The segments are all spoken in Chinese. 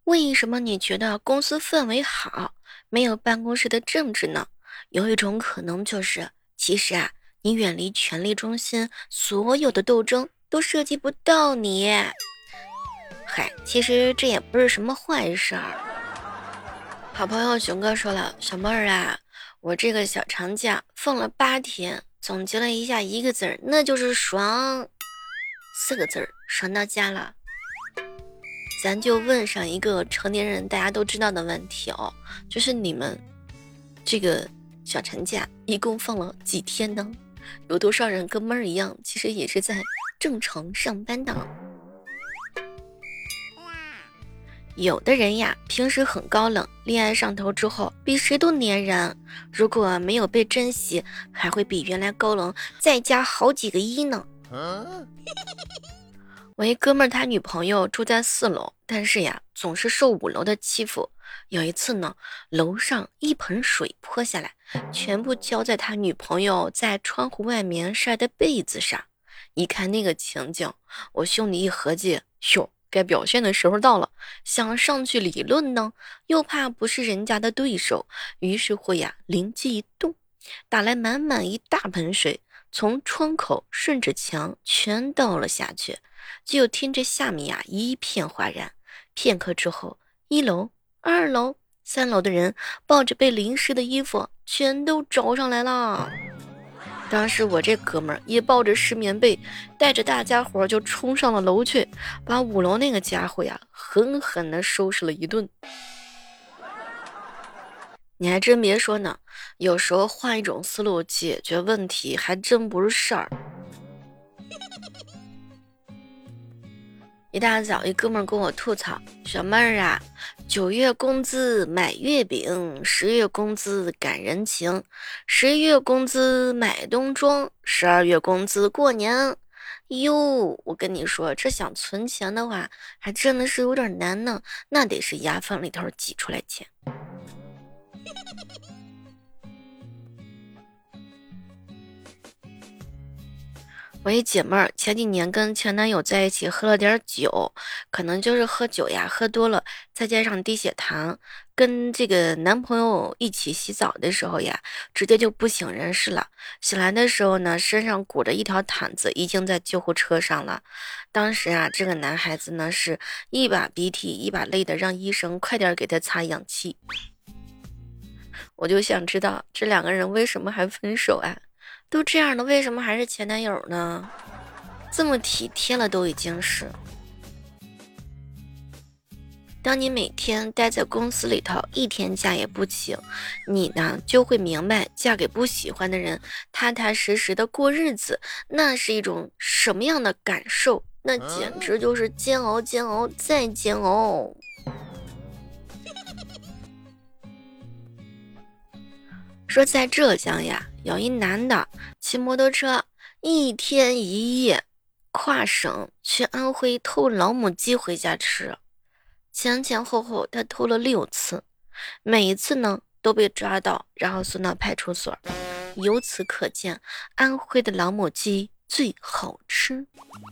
为什么你觉得公司氛围好，没有办公室的政治呢？有一种可能就是，其实啊，你远离权力中心，所有的斗争都涉及不到你。嗨，其实这也不是什么坏事儿。好朋友熊哥说了，小妹儿啊，我这个小长假放了8天，总结了一下一个字儿，那就是爽。4个字儿，爽到家了。咱就问上一个成年人大家都知道的问题哦，就是你们这个小长假一共放了几天呢？有多少人跟妹儿一样，其实也是在正常上班的？有的人呀，平时很高冷，恋爱上头之后比谁都粘人，如果没有被珍惜，还会比原来高冷再加好几个一呢。我一哥们儿他女朋友住在4楼，但是呀，总是受5楼的欺负。有一次呢，楼上一盆水泼下来，全部浇在他女朋友在窗户外面晒的被子上。一看那个情景，我兄弟一合计，哟，该表现的时候到了，想上去理论呢，又怕不是人家的对手，于是乎呀，灵机一动，打来满满一大盆水，从窗口顺着墙全倒了下去。就听着下面呀一片哗然，片刻之后，1楼、2楼、3楼的人抱着被淋湿的衣服全都找上来了。当时我这哥们儿也抱着湿棉被，带着大家伙就冲上了楼去，把5楼那个家伙呀狠狠地收拾了一顿。你还真别说呢，有时候换一种思路解决问题还真不是事儿。一大早，一哥们儿跟我吐槽：小妹儿啊，9月工资买月饼，10月工资赶人情，11月工资买冬装，12月工资过年。哟，我跟你说，这想存钱的话，还真的是有点难呢，那得是牙缝里头挤出来钱。我一姐妹儿前几年跟前男友在一起喝了点酒，可能就是喝酒呀，喝多了，再加上低血糖，跟这个男朋友一起洗澡的时候呀，直接就不省人事了。醒来的时候呢，身上裹着一条毯子，已经在救护车上了。当时啊，这个男孩子呢是一把鼻涕一把泪的，让医生快点给他插氧气。我就想知道这两个人为什么还分手啊？都这样了，为什么还是前男友呢？这么体贴了都已经是。当你每天待在公司里头，一天假也不请，你呢就会明白，嫁给不喜欢的人，踏踏实实的过日子，那是一种什么样的感受？那简直就是煎熬、煎熬再煎熬。说在浙江呀，有一男的骑摩托车一天一夜跨省去安徽偷老母鸡回家吃，前前后后他偷了6次，每一次呢都被抓到，然后送到派出所。由此可见，安徽的老母鸡最好吃。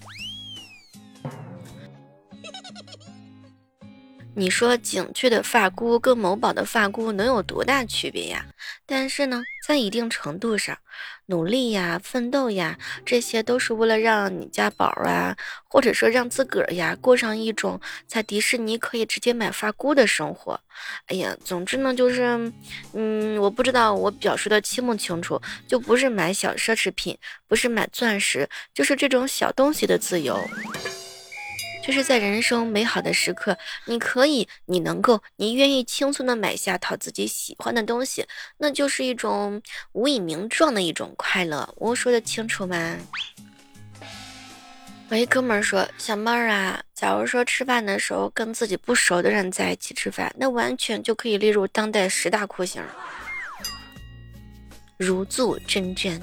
你说景区的发箍跟某宝的发箍能有多大区别呀？但是呢，在一定程度上，努力呀、奋斗呀，这些都是为了让你家宝啊，或者说让自个儿呀过上一种在迪士尼可以直接买发箍的生活。哎呀，总之呢，就是，我不知道我表述的清不清楚，就不是买小奢侈品，不是买钻石，就是这种小东西的自由。就是在人生美好的时刻，你可以，你能够，你愿意轻松的买下套自己喜欢的东西，那就是一种无以名状的一种快乐。我说的清楚吗？我一哥们儿说，小妹儿啊，假如说吃饭的时候跟自己不熟的人在一起吃饭，那完全就可以列入当代10大酷刑，如坐针毡。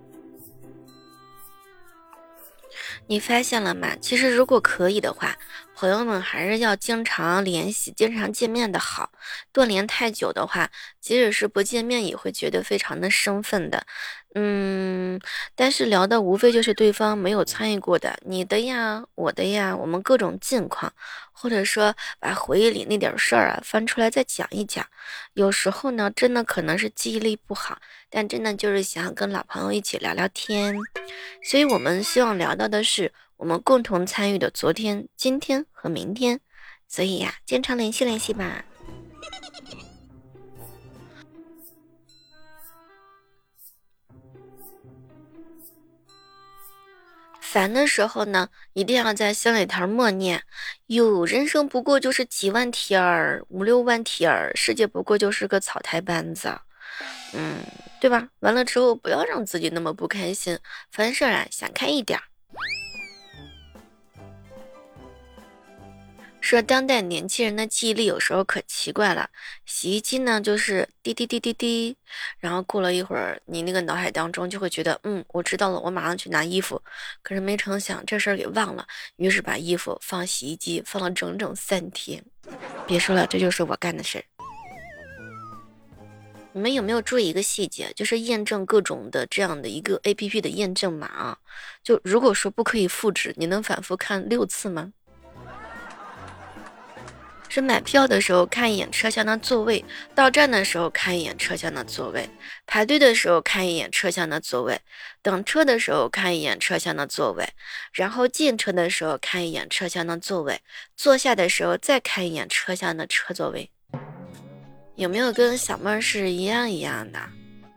你发现了吗？其实如果可以的话， 朋友们还是要经常联系、经常见面的好。断联太久的话，即使是不见面，也会觉得非常的生分的。但是聊的无非就是对方没有参与过的，你的呀，我的呀，我们各种近况，或者说把回忆里那点事儿啊翻出来再讲一讲。有时候呢，真的可能是记忆力不好，但真的就是想跟老朋友一起聊聊天。所以我们希望聊到的是我们共同参与的昨天、今天和明天。所以呀，经常联系联系吧。烦的时候呢，一定要在心里头默念：哟，人生不过就是几万铁儿，5、6万铁儿，世界不过就是个草台班子。嗯，对吧？完了之后，不要让自己那么不开心，凡事啊想开一点儿。说当代年轻人的记忆力有时候可奇怪了，洗衣机呢就是滴滴滴滴滴，然后过了一会儿，你那个脑海当中就会觉得，我知道了，我马上去拿衣服，可是没成想这事儿给忘了，于是把衣服放洗衣机放了整整3天。别说了，这就是我干的事儿。你们有没有注意一个细节，就是验证各种的这样的一个 APP 的验证码啊？就如果说不可以复制，你能反复看6次吗？是买票的时候看一眼车厢的座位，到站的时候看一眼车厢的座位，排队的时候看一眼车厢的座位，等车的时候看一眼车厢的座位，然后进车的时候看一眼车厢的座位，坐下的时候再看一眼车厢的车座位。有没有跟小妹儿是一样一样的？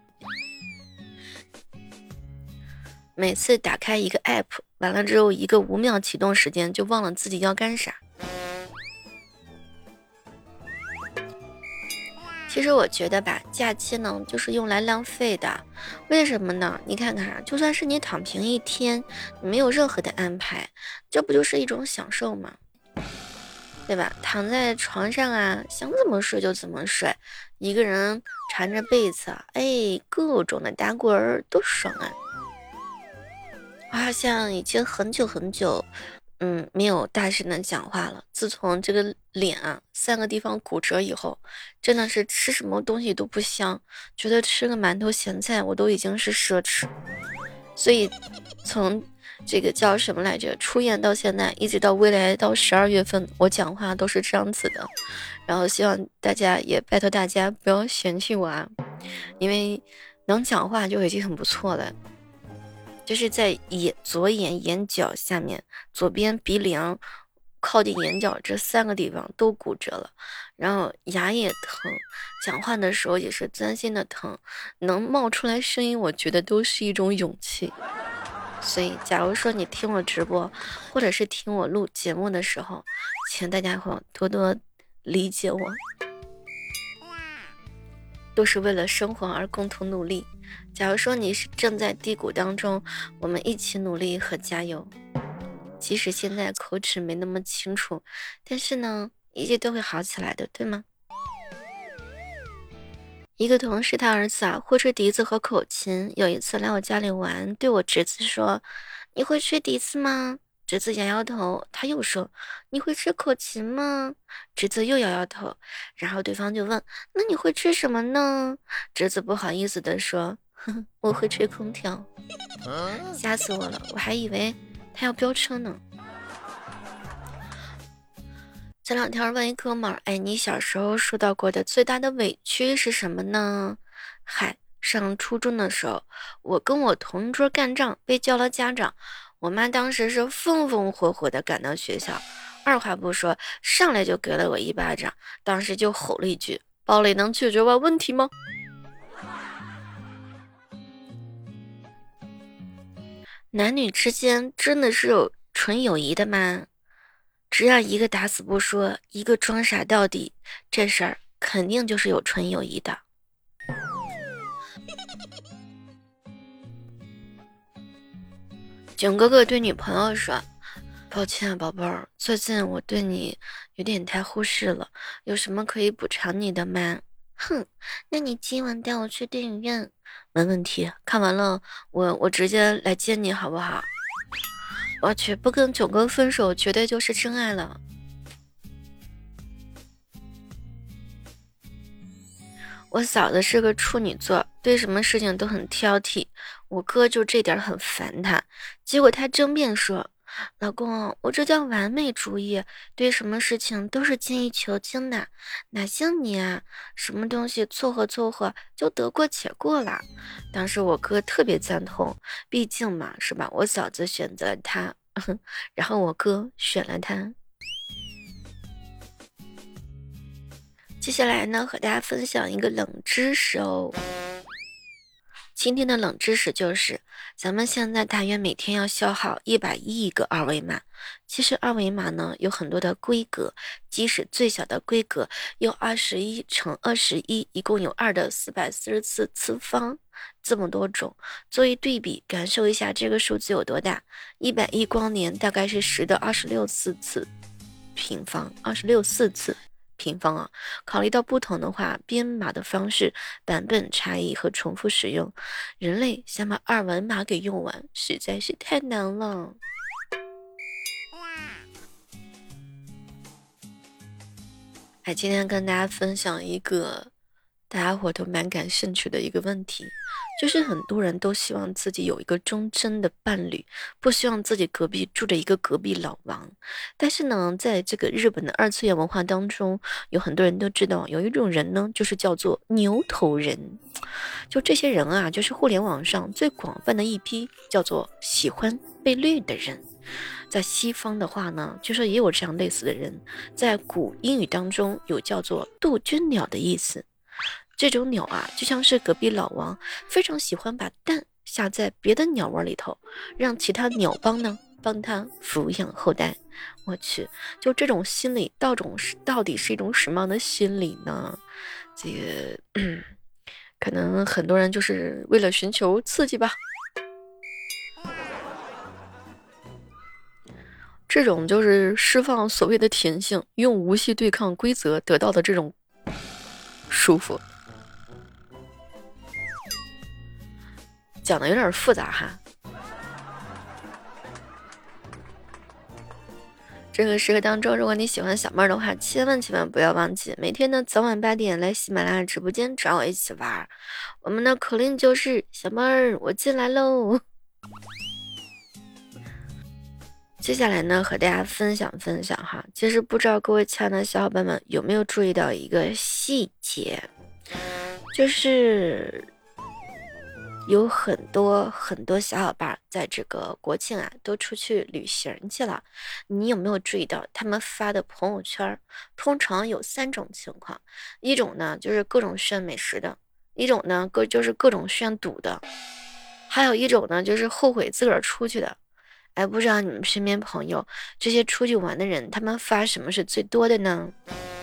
每次打开一个 app， 完了之后一个5秒启动时间就忘了自己要干啥。其实我觉得吧，假期呢就是用来浪费的。为什么呢？你看看啊，就算是你躺平一天，你没有任何的安排，这不就是一种享受吗？对吧？躺在床上啊，想怎么睡就怎么睡，一个人缠着被子啊，各种的打滚儿多爽啊！我好像已经很久很久，没有大声的讲话了。自从这个脸啊3个地方骨折以后，真的是吃什么东西都不香，觉得吃个馒头咸菜我都已经是奢侈。所以从这个叫什么来着，出院到现在，一直到未来到12月份，我讲话都是这样子的。然后希望大家也拜托大家不要嫌弃我啊，因为能讲话就已经很不错了。就是在左眼眼角下面，左边鼻梁靠近眼角这3个地方都骨折了，然后牙也疼，讲话的时候也是钻心的疼，能冒出来声音，我觉得都是一种勇气。所以，假如说你听我直播，或者是听我录节目的时候，请大家伙多多理解我，都是为了生活而共同努力。假如说你是正在低谷当中，我们一起努力和加油。即使现在口齿没那么清楚，但是呢，一切都会好起来的，对吗？一个同事他儿子啊会吹笛子和口琴，有一次来我家里玩，对我侄子说：“你会吹笛子吗？”侄子摇摇头，他又说：“你会吹口琴吗？”侄子又摇摇头，然后对方就问：“那你会吹什么呢？”侄子不好意思地说：“呵呵，我会吹空调。”吓死我了，我还以为他要飙车呢。前两天问一哥们儿，你小时候受到过的最大的委屈是什么呢？嗨，上初中的时候，我跟我同桌干仗，被叫了家长。我妈当时是风风火火的赶到学校，二话不说，上来就给了我一巴掌，当时就吼了一句：暴力能解决完问题吗？男女之间真的是有纯友谊的吗？只要一个打死不说，一个装傻到底，这事儿肯定就是有纯友谊的。囧哥哥对女朋友说：抱歉啊，宝贝儿，最近我对你有点太忽视了，有什么可以补偿你的吗？哼，那你今晚带我去电影院，没问题。看完了，我直接来接你好不好？我去，不跟囧哥分手，绝对就是真爱了。 我嫂子是个处女座，对什么事情都很挑剔，我哥就这点很烦她。结果她争辩说：“老公，我这叫完美主义，对什么事情都是精益求精的，哪像你啊，什么东西凑合凑合就得过且过啦。”当时我哥特别赞同，毕竟嘛，是吧？我嫂子选择了他，然后我哥选了他。接下来呢，和大家分享一个冷知识哦。今天的冷知识就是，咱们现在大约每天要消耗110亿个二维码。其实二维码呢有很多的规格，即使最小的规格有21×21，一共有2的444次方，这么多种。作为对比，感受一下这个数字有多大。100亿光年大概是10的26次平方，26次。平方啊，考虑到不同的话，编码的方式、版本差异和重复使用，人类想把二维码给用完，实在是太难了。今天跟大家分享一个大家伙都蛮感兴趣的一个问题，就是很多人都希望自己有一个忠贞的伴侣，不希望自己隔壁住着一个隔壁老王。但是呢，在这个日本的二次元文化当中，有很多人都知道，有一种人呢，就是叫做牛头人。就这些人啊，就是互联网上最广泛的一批，叫做喜欢被绿的人。在西方的话呢，就是也有这样类似的人，在古英语当中有叫做杜鹃鸟的意思。这种鸟啊，就像是隔壁老王，非常喜欢把蛋下在别的鸟窝里头，让其他鸟帮呢帮他抚养后代。我去，就这种心理，到底是一种什么样的心理呢？这个，可能很多人就是为了寻求刺激吧。这种就是释放所谓的甜性，用无系对抗规则得到的这种舒服。讲的有点复杂哈。这个时刻当中，如果你喜欢小妹儿的话，千万不要忘记每天的早晚8点来喜马拉雅直播间找我一起玩。我们的口令就是小妹儿，我进来喽。接下来呢，和大家分享哈。其实不知道各位亲爱的小伙伴们有没有注意到一个细节，就是有很多小伙伴在这个国庆啊都出去旅行去了。你有没有注意到他们发的朋友圈通常有3种情况？一种呢就是各种炫美食的，一种呢就是各种炫赌的，还有一种呢就是后悔自个儿出去的。不知道你们身边朋友这些出去玩的人，他们发什么是最多的呢？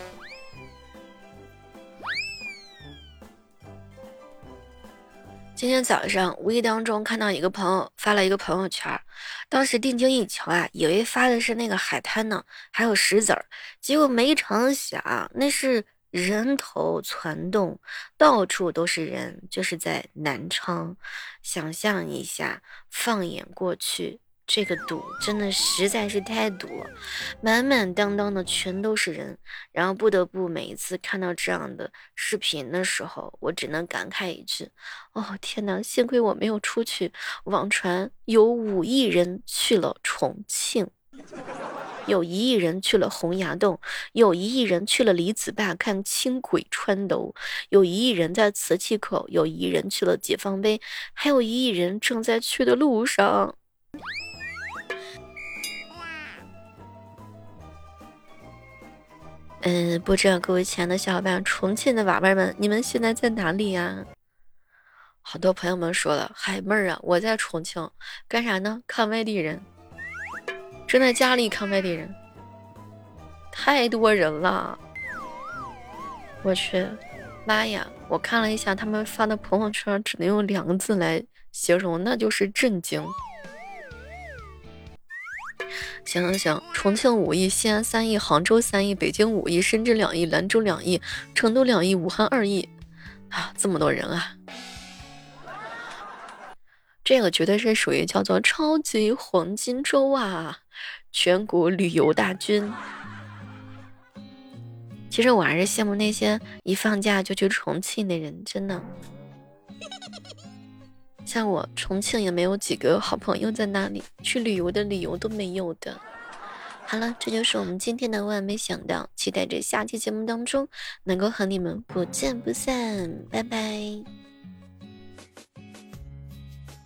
今天早上无意当中看到一个朋友发了一个朋友圈，当时定睛一瞧啊，以为发的是那个海滩呢，还有石子儿，结果没成想那是人头攒动，到处都是人，就是在南昌。想象一下，放眼过去，这个堵真的实在是太堵了，满满当当的全都是人。然后不得不每一次看到这样的视频的时候，我只能感慨一句：哦天哪，幸亏我没有出去。网传有5亿人去了重庆，有1亿人去了洪崖洞，有1亿人去了李子坝看轻轨穿楼，有1亿人在磁器口，有1亿人去了解放碑，还有1亿人正在去的路上。不知道各位亲爱的小伙伴，重庆的娃娃们，你们现在在哪里呀？好多朋友们说了，海妹儿啊，我在重庆，干啥呢？看外地人，正在家里看外地人，太多人了，我去，妈呀！我看了一下他们发的朋友圈，只能用2个字来形容，那就是震惊。行，重庆5亿，西安3亿，杭州3亿，北京5亿，深圳2亿，兰州2亿，成都2亿，武汉2亿啊，这么多人啊！这个绝对是属于叫做超级黄金周啊，全国旅游大军。 其实我还是羡慕那些一放假就去重庆的人，真的。像我重庆也没有几个好朋友在那里，去旅游的理由都没有的。好了，这就是我们今天的万没想到，期待着下期节目当中能够和你们不见不散，拜拜。